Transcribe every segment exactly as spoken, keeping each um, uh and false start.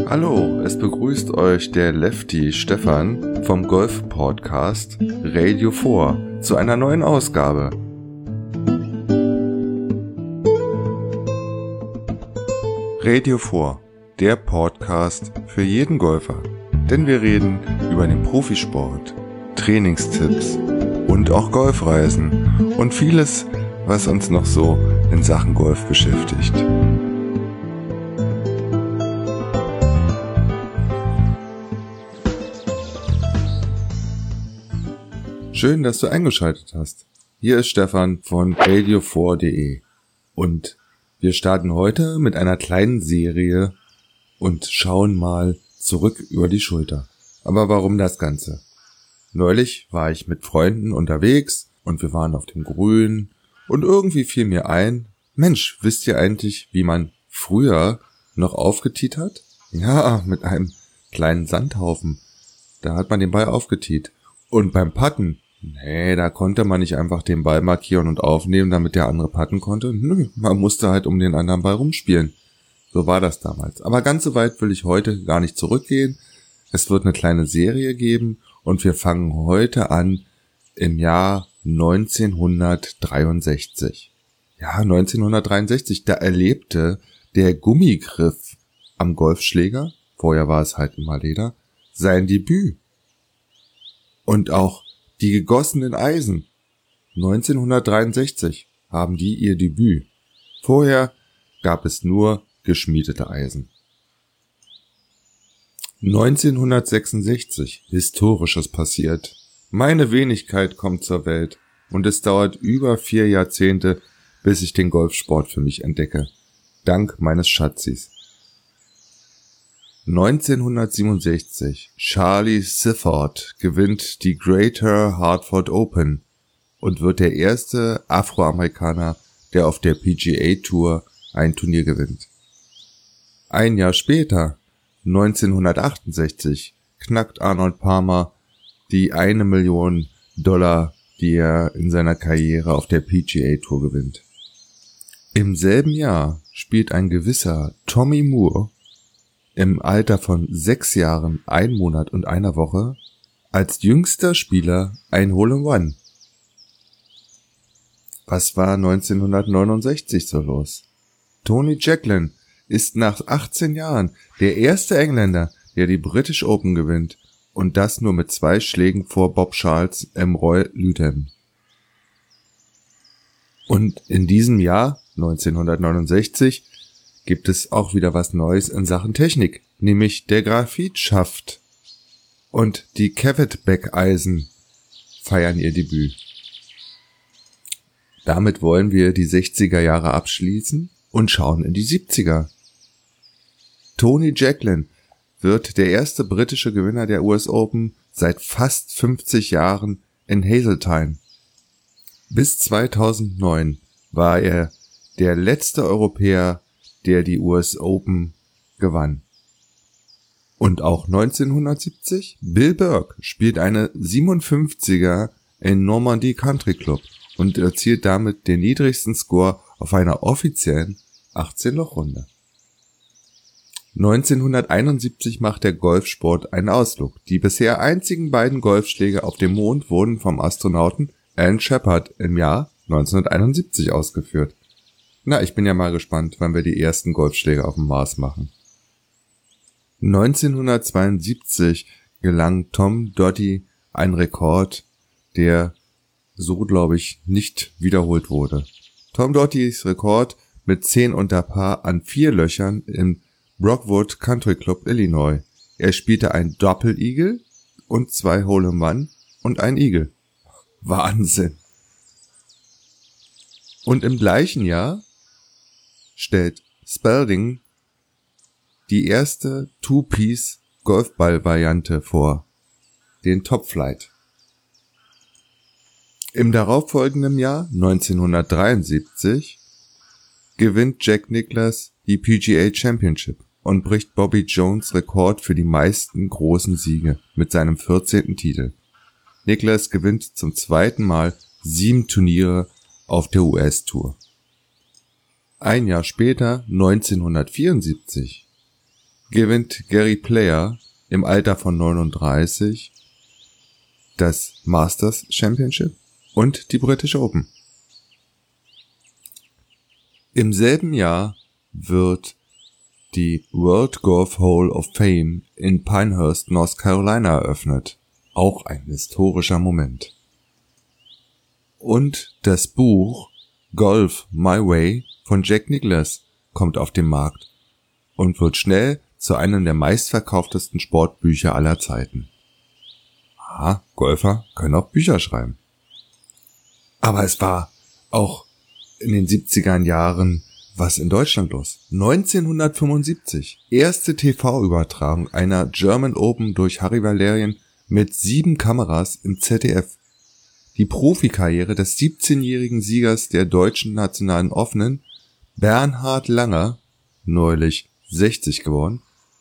Hallo, es begrüßt euch der Lefty Stefan vom Golf-Podcast Radio vier zu einer neuen Ausgabe. Radio vier, der Podcast für jeden Golfer. Denn wir reden über den Profisport, Trainingstipps und auch Golfreisen und vieles, was uns noch so in Sachen Golf beschäftigt. Schön, dass du eingeschaltet hast. Hier ist Stefan von radio vier punkt de und wir starten heute mit einer kleinen Serie und schauen mal zurück über die Schulter. Aber warum das Ganze? Neulich war ich mit Freunden unterwegs und wir waren auf dem Grün und irgendwie fiel mir ein, Mensch, wisst ihr eigentlich, wie man früher noch aufgetiet hat? Ja, mit einem kleinen Sandhaufen. Da hat man den Ball aufgetiet. Und beim Putten, nee, da konnte man nicht einfach den Ball markieren und aufnehmen, damit der andere putten konnte. Nö, man musste halt um den anderen Ball rumspielen. So war das damals. Aber ganz so weit will ich heute gar nicht zurückgehen. Es wird eine kleine Serie geben und wir fangen heute an im Jahr neunzehnhundertdreiundsechzig. Ja, neunzehnhundertdreiundsechzig, da erlebte der Gummigriff am Golfschläger, vorher war es halt immer Leder, sein Debüt. Und auch die gegossenen Eisen. neunzehnhundertdreiundsechzig haben die ihr Debüt. Vorher gab es nur geschmiedete Eisen. neunzehnhundertsechsundsechzig, Historisches passiert. Meine Wenigkeit kommt zur Welt und es dauert über vier Jahrzehnte, bis ich den Golfsport für mich entdecke. Dank meines Schatzis. neunzehnhundertsiebenundsechzig, Charlie Sifford gewinnt die Greater Hartford Open und wird der erste Afroamerikaner, der auf der P G A Tour ein Turnier gewinnt. Ein Jahr später, neunzehnhundertachtundsechzig, knackt Arnold Palmer die eine Million Dollar, die er in seiner Karriere auf der P G A Tour gewinnt. Im selben Jahr spielt ein gewisser Tommy Moore im Alter von sechs Jahren, ein Monat und einer Woche als jüngster Spieler ein Hole-in-One. Was war neunzehnhundertneunundsechzig so los? Tony Jacklin ist nach achtzehn Jahren der erste Engländer, der die British Open gewinnt und das nur mit zwei Schlägen vor Bob Charles im Royal Luton. Und in diesem Jahr, neunzehnhundertneunundsechzig, gibt es auch wieder was Neues in Sachen Technik, nämlich der Graphitschaft. Und die Cavetback-Eisen feiern ihr Debüt. Damit wollen wir die sechziger Jahre abschließen und schauen in die siebziger. Tony Jacklin wird der erste britische Gewinner der U S Open seit fast fünfzig Jahren in Hazeltine. Bis zweitausendneun war er der letzte Europäer, der die U S Open gewann. Und auch neunzehnhundertsiebzig, Bill Burke spielt eine siebenundfünfziger in Normandy Country Club und erzielt damit den niedrigsten Score auf einer offiziellen achtzehn-Loch-Runde. neunzehnhunderteinundsiebzig macht der Golfsport einen Ausflug. Die bisher einzigen beiden Golfschläge auf dem Mond wurden vom Astronauten Alan Shepard im Jahr neunzehnhunderteinundsiebzig ausgeführt. Na, ich bin ja mal gespannt, wann wir die ersten Golfschläge auf dem Mars machen. neunzehnhundertzweiundsiebzig gelang Tom Doty ein Rekord, der so, glaube ich, nicht wiederholt wurde. Tom Dotys Rekord mit zehn unter Par an vier Löchern im Brockwood Country Club, Illinois. Er spielte ein Doppel-Eagle und zwei Hole-in-One und ein Eagle. Wahnsinn! Und im gleichen Jahr stellt Spalding die erste Two-Piece-Golfball-Variante vor, den Top Flight. Im darauffolgenden Jahr, neunzehnhundertdreiundsiebzig, gewinnt Jack Nicklaus die P G A Championship und bricht Bobby Jones' Rekord für die meisten großen Siege mit seinem vierzehnten Titel. Nicklaus gewinnt zum zweiten Mal sieben Turniere auf der U S-Tour. Ein Jahr später, neunzehnhundertvierundsiebzig, gewinnt Gary Player im Alter von neununddreißig das Masters Championship und die British Open. Im selben Jahr wird die World Golf Hall of Fame in Pinehurst, North Carolina eröffnet. Auch ein historischer Moment. Und das Buch Golf My Way von Jack Nicklaus kommt auf den Markt und wird schnell zu einem der meistverkauftesten Sportbücher aller Zeiten. Ah, Golfer können auch Bücher schreiben. Aber es war auch in den siebziger Jahren was in Deutschland los. neunzehnhundertfünfundsiebzig, erste T V-Übertragung einer German Open durch Harry Valerien mit sieben Kameras im Z D F. Die Profikarriere des siebzehnjährigen Siegers der deutschen nationalen Offenen, Bernhard Langer, neulich sechzig geworden.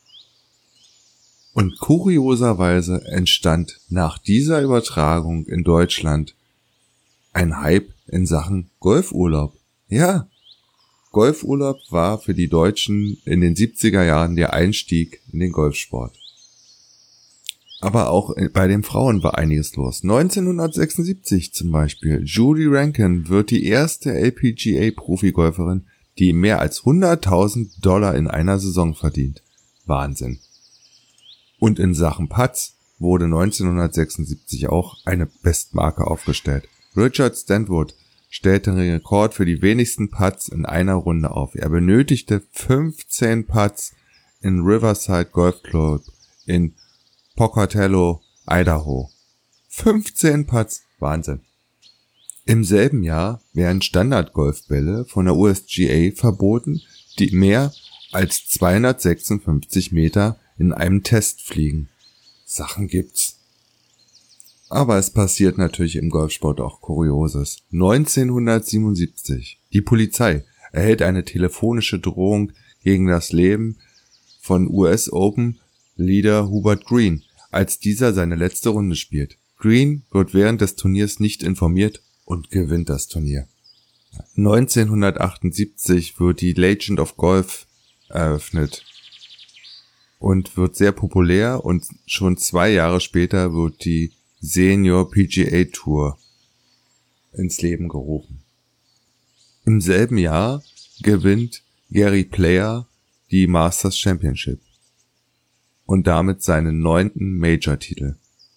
Und kurioserweise entstand nach dieser Übertragung in Deutschland ein Hype in Sachen Golfurlaub. Ja, Golfurlaub war für die Deutschen in den siebziger Jahren der Einstieg in den Golfsport. Aber auch bei den Frauen war einiges los. neunzehnhundertsechsundsiebzig zum Beispiel. Julie Rankin wird die erste L P G A-Profigolferin, die mehr als hunderttausend Dollar in einer Saison verdient. Wahnsinn. Und in Sachen Putts wurde neunzehnhundertsechsundsiebzig auch eine Bestmarke aufgestellt. Richard Stanwood stellte den Rekord für die wenigsten Putts in einer Runde auf. Er benötigte fünfzehn Putts in Riverside Golf Club in Pocatello, Idaho. fünfzehn Putts, Wahnsinn. Im selben Jahr werden Standardgolfbälle von der U S G A verboten, die mehr als zweihundertsechsundfünfzig Meter in einem Test fliegen. Sachen gibt's. Aber es passiert natürlich im Golfsport auch Kurioses. neunzehnhundertsiebenundsiebzig. Die Polizei erhält eine telefonische Drohung gegen das Leben von U S Open Leader Hubert Green, als dieser seine letzte Runde spielt. Green wird während des Turniers nicht informiert und gewinnt das Turnier. neunzehnhundertachtundsiebzig wird die Legend of Golf eröffnet und wird sehr populär, und schon zwei Jahre später wird die Senior P G A Tour ins Leben gerufen. Im selben Jahr gewinnt Gary Player die Masters Championship und damit seinen neunten Major-Titel.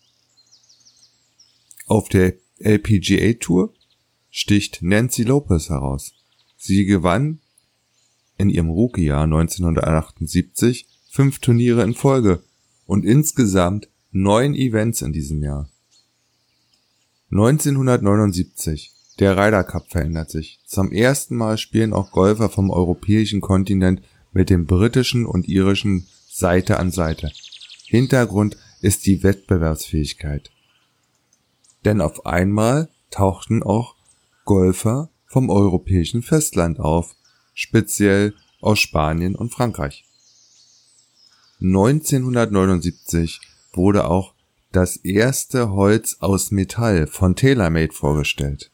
Auf der L P G A Tour sticht Nancy Lopez heraus. Sie gewann in ihrem Rookie-Jahr neunzehnhundertachtundsiebzig fünf Turniere in Folge und insgesamt neun Events in diesem Jahr. neunzehnhundertneunundsiebzig. Der Ryder Cup verändert sich. Zum ersten Mal spielen auch Golfer vom europäischen Kontinent mit dem britischen und irischen Seite an Seite. Hintergrund ist die Wettbewerbsfähigkeit. Denn auf einmal tauchten auch Golfer vom europäischen Festland auf, speziell aus Spanien und Frankreich. neunzehnhundertneunundsiebzig wurde auch das erste Holz aus Metall von TaylorMade vorgestellt.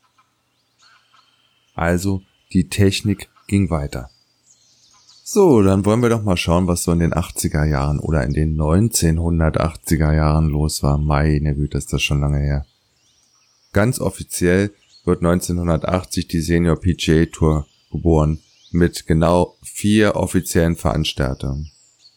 Also die Technik ging weiter. So, dann wollen wir doch mal schauen, was so in den achtziger Jahren oder in den neunzehnhundertachtziger Jahren los war. Meine Güte, ist das schon lange her. Ganz offiziell wird neunzehnhundertachtzig die Senior P G A Tour geboren, mit genau vier offiziellen Veranstaltungen.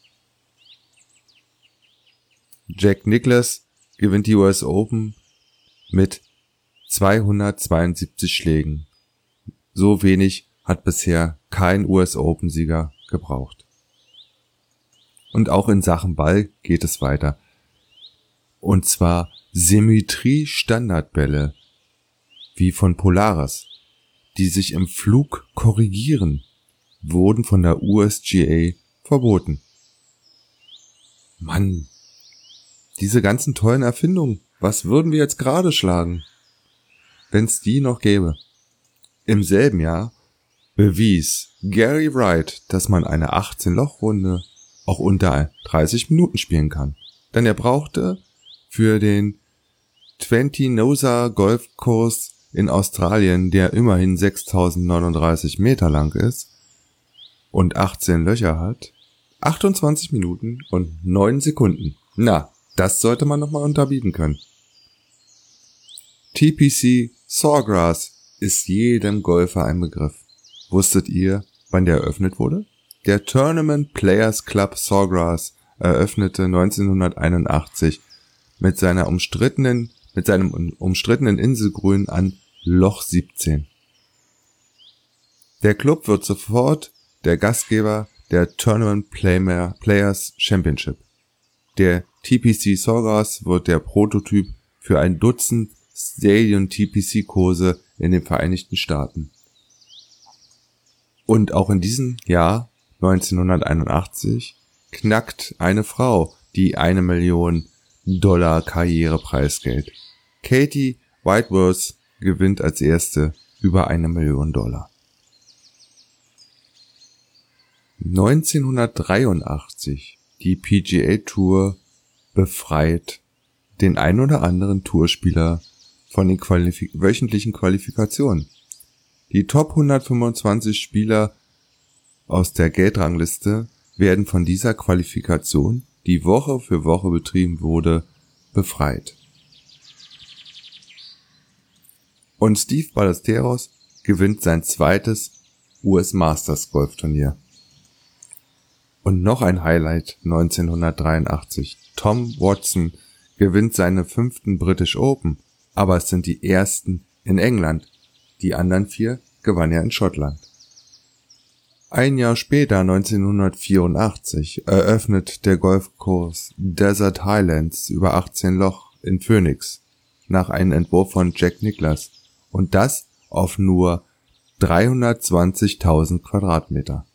Jack Nicklaus gewinnt die U S Open mit zweihundertzweiundsiebzig Schlägen. So wenig hat bisher kein U S Open-Sieger gebraucht. Und auch in Sachen Ball geht es weiter. Und zwar Symmetrie-Standardbälle, wie von Polaris, die sich im Flug korrigieren, wurden von der U S G A verboten. Mann, diese ganzen tollen Erfindungen, was würden wir jetzt gerade schlagen, wenn's die noch gäbe? Im selben Jahr bewies Gary Wright, dass man eine achtzehn-Loch-Runde auch unter dreißig Minuten spielen kann. Denn er brauchte für den zwanzig Nosa Golfkurs in Australien, der immerhin sechstausendneununddreißig Meter lang ist und achtzehn Löcher hat, achtundzwanzig Minuten und neun Sekunden. Na, das sollte man nochmal unterbieten können. T P C Sawgrass ist jedem Golfer ein Begriff. Wusstet ihr, wann der eröffnet wurde? Der Tournament Players Club Sawgrass eröffnete neunzehnhunderteinundachtzig mit seiner umstrittenen, mit seinem umstrittenen Inselgrün an Loch siebzehn. Der Club wird sofort der Gastgeber der Tournament Players Championship. Der T P C Sawgrass wird der Prototyp für ein Dutzend Stadium T P C Kurse in den Vereinigten Staaten. Und auch in diesem Jahr neunzehnhunderteinundachtzig knackt eine Frau die eine Million Dollar Karrierepreisgeld. Katie Whiteworth gewinnt als erste über eine Million Dollar. neunzehnhundertdreiundachtzig. Die P G A Tour befreit den ein oder anderen Tourspieler von den Qualif- wöchentlichen Qualifikationen. Die Top hundertfünfundzwanzig Spieler aus der Geldrangliste werden von dieser Qualifikation, die Woche für Woche betrieben wurde, befreit. Und Steve Ballesteros gewinnt sein zweites U S Masters Golfturnier. Und noch ein Highlight neunzehnhundertdreiundachtzig. Tom Watson gewinnt seine fünften British Open, aber es sind die ersten in England. Die anderen vier gewann er in Schottland. Ein Jahr später, neunzehnhundertvierundachtzig, eröffnet der Golfkurs Desert Highlands über achtzehn Loch in Phoenix nach einem Entwurf von Jack Nicklaus und das auf nur dreihundertzwanzigtausend Quadratmeter.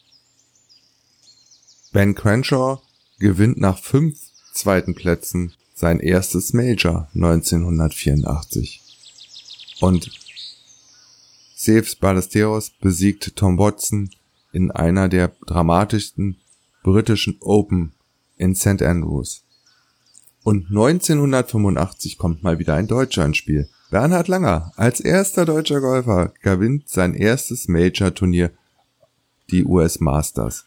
Ben Crenshaw gewinnt nach fünf zweiten Plätzen sein erstes Major neunzehnhundertvierundachtzig. Und Steve Ballesteros besiegt Tom Watson in einer der dramatischsten britischen Open in Saint Andrews. Und neunzehnhundertfünfundachtzig kommt mal wieder ein Deutscher ins Spiel. Bernhard Langer, als erster deutscher Golfer, gewinnt sein erstes Major-Turnier, die U S Masters.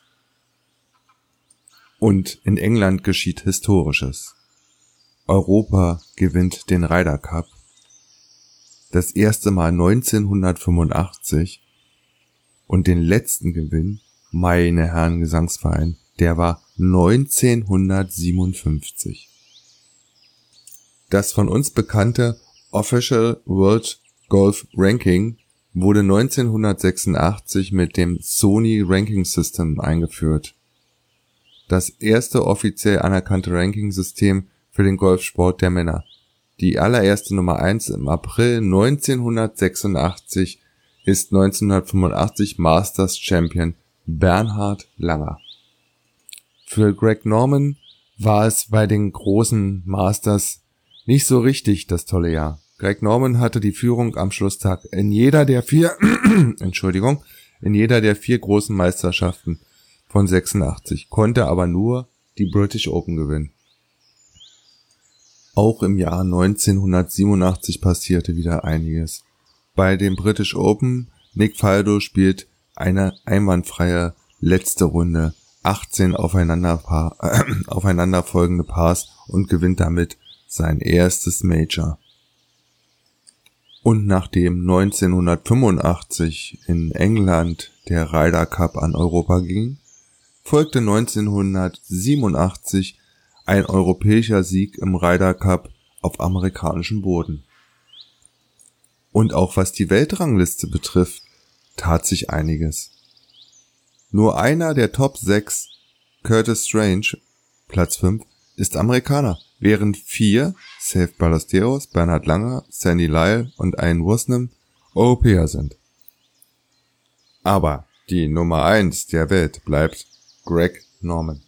Und in England geschieht Historisches. Europa gewinnt den Ryder Cup. Das erste Mal neunzehnhundertfünfundachtzig. Und den letzten Gewinn, meine Herren Gesangsverein, der war neunzehnhundertsiebenundfünfzig. Das von uns bekannte Official World Golf Ranking wurde neunzehnhundertsechsundachtzig mit dem Sony Ranking System eingeführt. Das erste offiziell anerkannte Ranking-System für den Golfsport der Männer. Die allererste Nummer eins im April neunzehnhundertsechsundachtzig ist neunzehnhundertfünfundachtzig Masters Champion Bernhard Langer. Für Greg Norman war es bei den großen Masters nicht so richtig das tolle Jahr. Greg Norman hatte die Führung am Schlusstag in jeder der vier, Entschuldigung, in jeder der vier großen Meisterschaften von sechsundachtzig, konnte aber nur die British Open gewinnen. Auch im Jahr neunzehnhundertsiebenundachtzig passierte wieder einiges. Bei den British Open, Nick Faldo spielt eine einwandfreie letzte Runde, achtzehn aufeinander, äh, aufeinanderfolgende Pars und gewinnt damit sein erstes Major. Und nachdem neunzehnhundertfünfundachtzig in England der Ryder Cup an Europa ging, folgte neunzehnhundertsiebenundachtzig ein europäischer Sieg im Ryder Cup auf amerikanischem Boden. Und auch was die Weltrangliste betrifft, tat sich einiges. Nur einer der Top sechs, Curtis Strange, Platz fünf, ist Amerikaner, während vier, Steve Ballesteros, Bernhard Langer, Sandy Lyle und Ian Woosnam, Europäer sind. Aber die Nummer eins der Welt bleibt Greg Norman.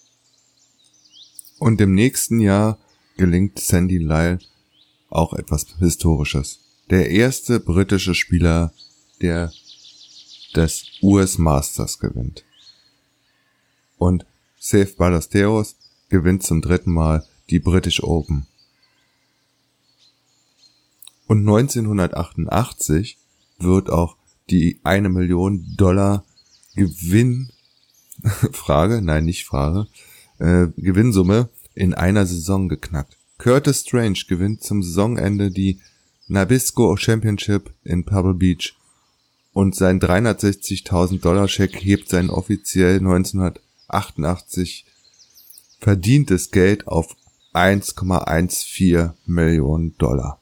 Und im nächsten Jahr gelingt Sandy Lyle auch etwas Historisches. Der erste britische Spieler, der des U S Masters gewinnt. Und Steve Ballesteros gewinnt zum dritten Mal die British Open. Und neunzehnhundertachtundachtzig wird auch die eine Million Dollar Gewinn Frage, nein, nicht Frage, äh, Gewinnsumme in einer Saison geknackt. Curtis Strange gewinnt zum Saisonende die Nabisco Championship in Pebble Beach und sein dreihundertsechzigtausend Dollar Scheck hebt sein offiziell neunzehnhundertachtundachtzig verdientes Geld auf eins Komma vierzehn Millionen Dollar.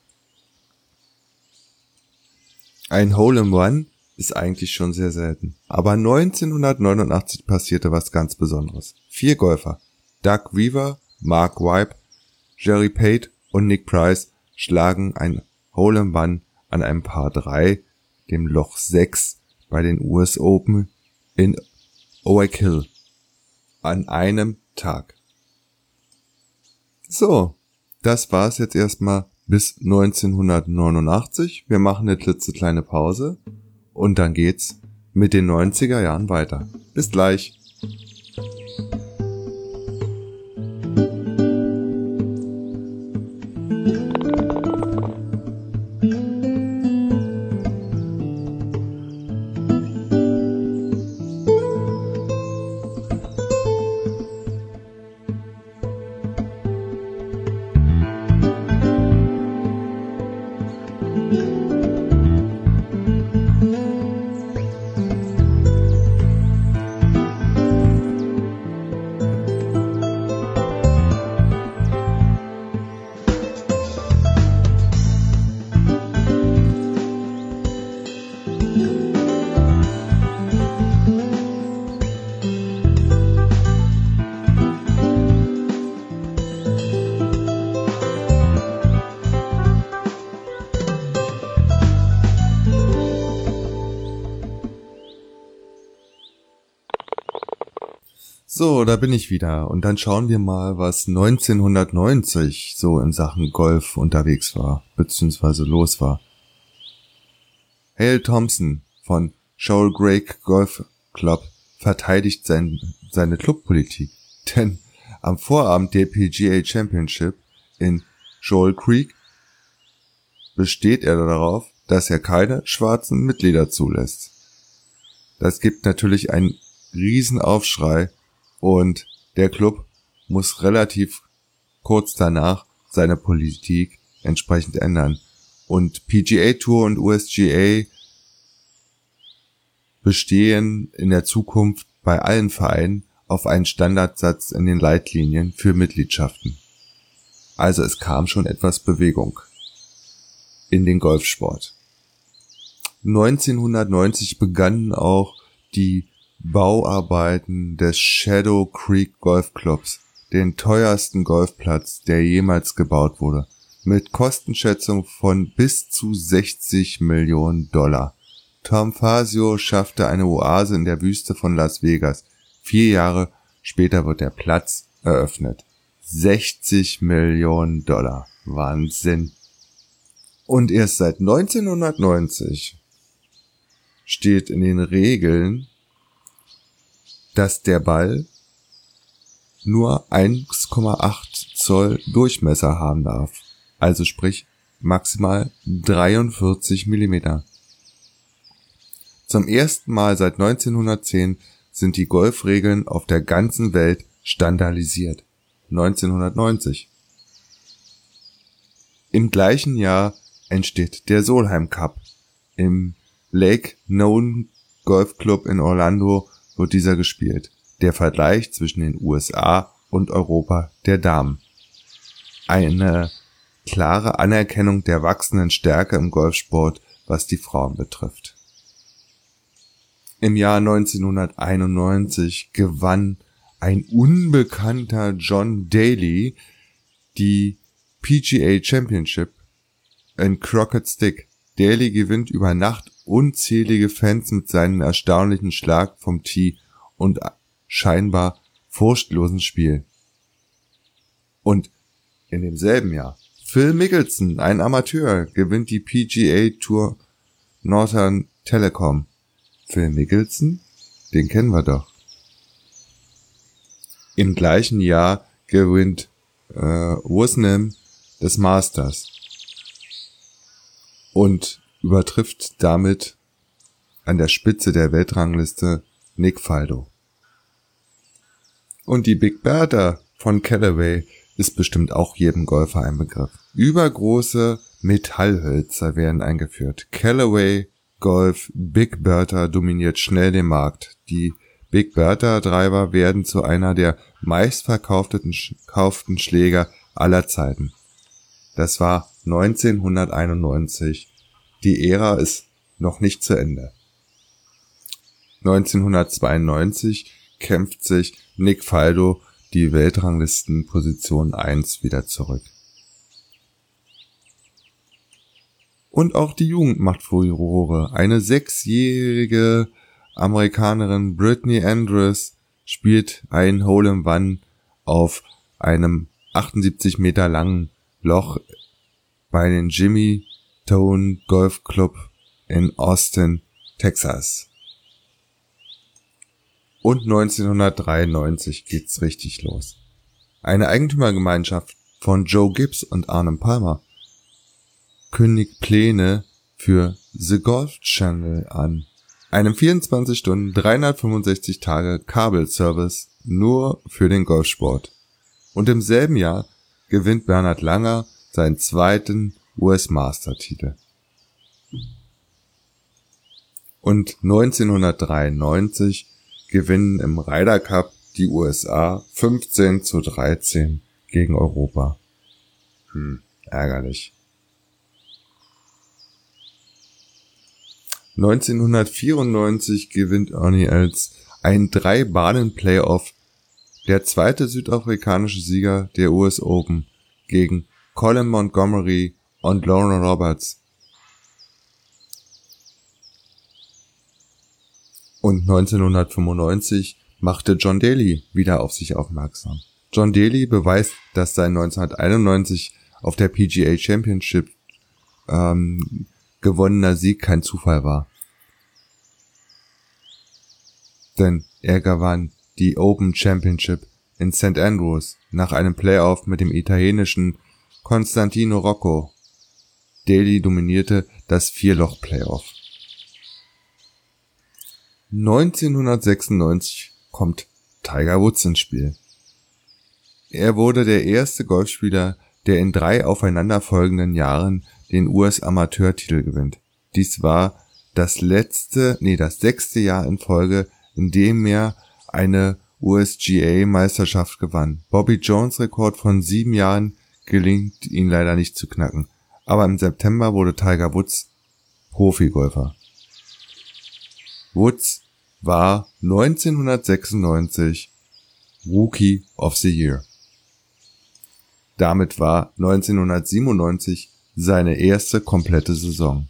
Ein Hole-in-One ist eigentlich schon sehr selten. Aber neunzehnhundertneunundachtzig passierte was ganz Besonderes. Vier Golfer, Doug Weaver, Mark Webb, Jerry Pate und Nick Price, schlagen ein Hole-in-One an einem Par drei, dem Loch sechs bei den U S Open in Oak Hill, an einem Tag. So, das war's jetzt erstmal bis neunzehnhundertneunundachtzig. Wir machen eine klitzekleine Pause und dann geht's mit den neunziger Jahren weiter. Bis gleich. So, da bin ich wieder und dann schauen wir mal, was neunzehnhundertneunzig so in Sachen Golf unterwegs war, beziehungsweise los war. Hale Thompson von Shoal Creek Golf Club verteidigt sein, seine Clubpolitik, denn am Vorabend der P G A Championship in Shoal Creek besteht er darauf, dass er keine schwarzen Mitglieder zulässt. Das gibt natürlich einen Riesenaufschrei. Und der Club muss relativ kurz danach seine Politik entsprechend ändern. Und P G A Tour und U S G A bestehen in der Zukunft bei allen Vereinen auf einen Standardsatz in den Leitlinien für Mitgliedschaften. Also es kam schon etwas Bewegung in den Golfsport. neunzehnhundertneunzig begannen auch die Bauarbeiten des Shadow Creek Golf Clubs, den teuersten Golfplatz, der jemals gebaut wurde, mit Kostenschätzung von bis zu sechzig Millionen Dollar. Tom Fazio schaffte eine Oase in der Wüste von Las Vegas. Vier Jahre später wird der Platz eröffnet. sechzig Millionen Dollar. Wahnsinn. Und erst seit neunzehnhundertneunzig steht in den Regeln, dass der Ball nur eins Komma acht Zoll Durchmesser haben darf. Also sprich maximal dreiundvierzig Millimeter. Zum ersten Mal seit neunzehnhundertzehn sind die Golfregeln auf der ganzen Welt standardisiert. neunzehnhundertneunzig. Im gleichen Jahr entsteht der Solheim Cup. Im Lake None Golf Club in Orlando wird dieser gespielt. Der Vergleich zwischen den U S A und Europa der Damen. Eine klare Anerkennung der wachsenden Stärke im Golfsport, was die Frauen betrifft. Im Jahr neunzehnhunderteinundneunzig gewann ein unbekannter John Daly die P G A Championship in Crockett Stick. Daly gewinnt über Nacht unzählige Fans mit seinem erstaunlichen Schlag vom Tee und scheinbar furchtlosen Spiel. Und in demselben Jahr Phil Mickelson, ein Amateur, gewinnt die P G A Tour Northern Telecom. Phil Mickelson? Den kennen wir doch. Im gleichen Jahr gewinnt äh, Woosnam des Masters und übertrifft damit an der Spitze der Weltrangliste Nick Faldo. Und die Big Bertha von Callaway ist bestimmt auch jedem Golfer ein Begriff. Übergroße Metallhölzer werden eingeführt. Callaway Golf Big Bertha dominiert schnell den Markt. Die Big Bertha Driver werden zu einer der meistverkauften kauften Schläger aller Zeiten. Das war neunzehnhunderteinundneunzig. Die Ära ist noch nicht zu Ende. neunzehnhundertzweiundneunzig kämpft sich Nick Faldo die Weltranglistenposition eins wieder zurück. Und auch die Jugend macht Furore. Eine sechsjährige Amerikanerin Brittany Andrews spielt ein Hole-in-One auf einem achtundsiebzig Meter langen Loch bei den Jimmy Tone Golf Club in Austin, Texas. Und neunzehnhundertdreiundneunzig geht's richtig los. Eine Eigentümergemeinschaft von Joe Gibbs und Arnold Palmer kündigt Pläne für The Golf Channel an. Einem vierundzwanzig Stunden, dreihundertfünfundsechzig Tage Kabelservice nur für den Golfsport. Und im selben Jahr gewinnt Bernhard Langer seinen zweiten U S Master-Titel. Und neunzehnhundertdreiundneunzig gewinnen im Ryder Cup die U S A fünfzehn zu dreizehn gegen Europa. Hm, ärgerlich. neunzehnhundertvierundneunzig gewinnt Ernie Els ein Drei-Bahnen-Playoff, der zweite südafrikanische Sieger der U S Open gegen Colin Montgomery und Lauren Roberts. Und neunzehnhundertfünfundneunzig machte John Daly wieder auf sich aufmerksam. John Daly beweist, dass sein neunzehnhunderteinundneunzig auf der P G A Championship ähm, gewonnener Sieg kein Zufall war. Denn er gewann die Open Championship in Saint Andrews nach einem Playoff mit dem italienischen Constantino Rocco. Daly dominierte das Vier-Loch-Playoff. neunzehnhundertsechsundneunzig kommt Tiger Woods ins Spiel. Er wurde der erste Golfspieler, der in drei aufeinanderfolgenden Jahren den U S Amateurtitel gewinnt. Dies war das letzte, nee, das sechste Jahr in Folge, in dem er eine U S G A-Meisterschaft gewann. Bobby Jones' Rekord von sieben Jahren gelingt ihn leider nicht zu knacken. Aber im September wurde Tiger Woods Profigolfer. Woods war neunzehnhundertsechsundneunzig Rookie of the Year. Damit war neunzehnhundertsiebenundneunzig seine erste komplette Saison.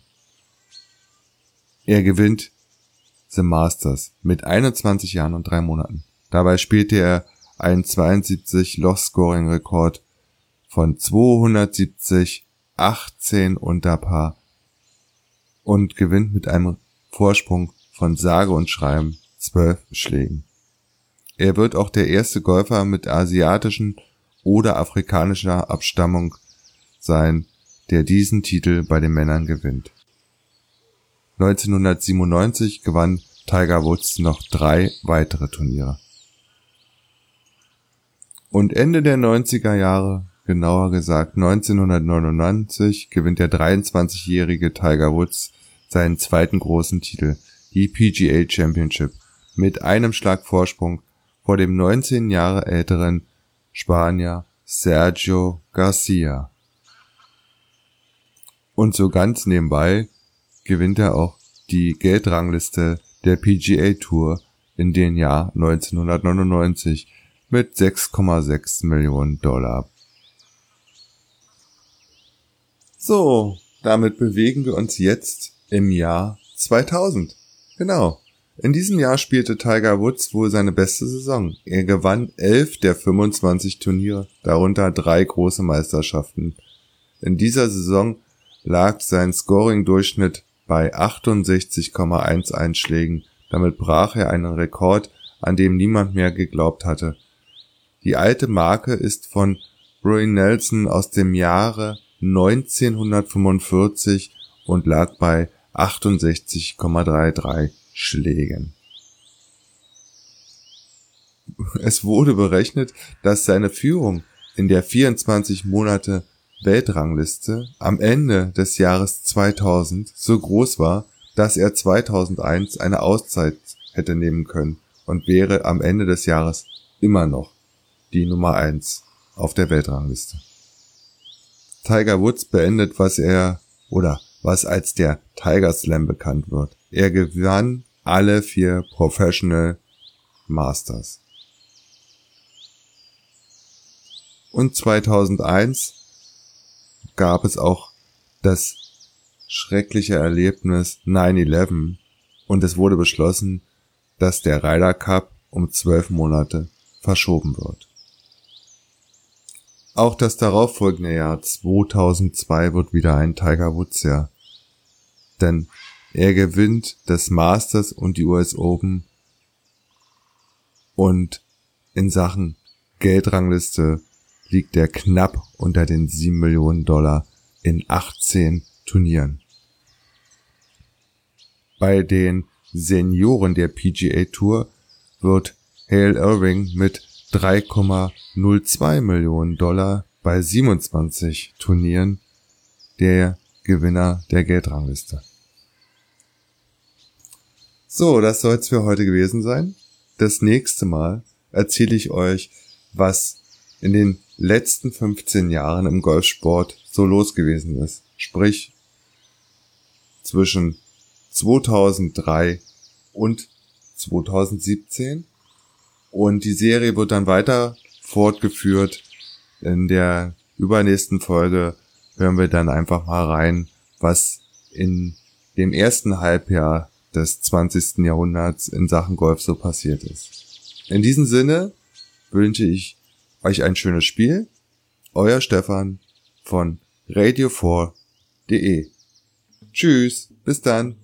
Er gewinnt The Masters mit einundzwanzig Jahren und drei Monaten. Dabei spielte er einen zweiundsiebzig Loch-Scoring-Rekord von zweihundertsiebzig, achtzehn unter Par und gewinnt mit einem Vorsprung von sage und schreiben zwölf Schlägen. Er wird auch der erste Golfer mit asiatischen oder afrikanischer Abstammung sein, der diesen Titel bei den Männern gewinnt. neunzehnhundertsiebenundneunzig gewann Tiger Woods noch drei weitere Turniere. Und Ende der neunziger Jahre, genauer gesagt neunzehnhundertneunundneunzig, gewinnt der dreiundzwanzigjährige Tiger Woods seinen zweiten großen Titel, die P G A Championship, mit einem Schlag Vorsprung vor dem neunzehn Jahre älteren Spanier Sergio Garcia. Und so ganz nebenbei gewinnt er auch die Geldrangliste der P G A Tour in den Jahr neunzehnhundertneunundneunzig mit sechs Komma sechs Millionen Dollar. So, damit bewegen wir uns jetzt im Jahr zweitausend. Genau. In diesem Jahr spielte Tiger Woods wohl seine beste Saison. Er gewann elf der fünfundzwanzig Turniere, darunter drei große Meisterschaften. In dieser Saison lag sein Scoring-Durchschnitt bei achtundsechzig Komma elf Schlägen. Damit brach er einen Rekord, an dem niemand mehr geglaubt hatte. Die alte Marke ist von Roy Nelson aus dem Jahre neunzehnhundertfünfundvierzig und lag bei achtundsechzig Komma dreiunddreißig Schlägen. es wurde berechnet, dass seine Führung in der vierundzwanzig Monate Weltrangliste am Ende des Jahres zweitausend so groß war, dass er zweitausendeins eine Auszeit hätte nehmen können und wäre am Ende des Jahres immer noch die Nummer eins auf der Weltrangliste. Tiger Woods beendet, was er oder was als der Tiger Slam bekannt wird. Er gewann alle vier Professional Masters. Und zweitausendeins gab es auch das schreckliche Erlebnis nine eleven und es wurde beschlossen, dass der Ryder Cup um zwölf Monate verschoben wird. Auch das darauffolgende Jahr zweitausendzwei wird wieder ein Tiger Woods Jahr, denn er gewinnt das Masters und die U S Open und in Sachen Geldrangliste liegt er knapp unter den sieben Millionen Dollar in achtzehn Turnieren. Bei den Senioren der P G A Tour wird Hale Irving mit drei Komma null zwei Millionen Dollar bei siebenundzwanzig Turnieren der Gewinner der Geldrangliste. So, das soll's für heute gewesen sein. Das nächste Mal erzähle ich euch, was in den letzten fünfzehn Jahren im Golfsport so los gewesen ist. Sprich, zwischen zweitausenddrei und zweitausendsiebzehn. Und die Serie wird dann weiter fortgeführt. In der übernächsten Folge hören wir dann einfach mal rein, was in dem ersten Halbjahr des zwanzigsten Jahrhunderts in Sachen Golf so passiert ist. In diesem Sinne wünsche ich euch ein schönes Spiel. Euer Stefan von radio four punkt de. Tschüss, bis dann.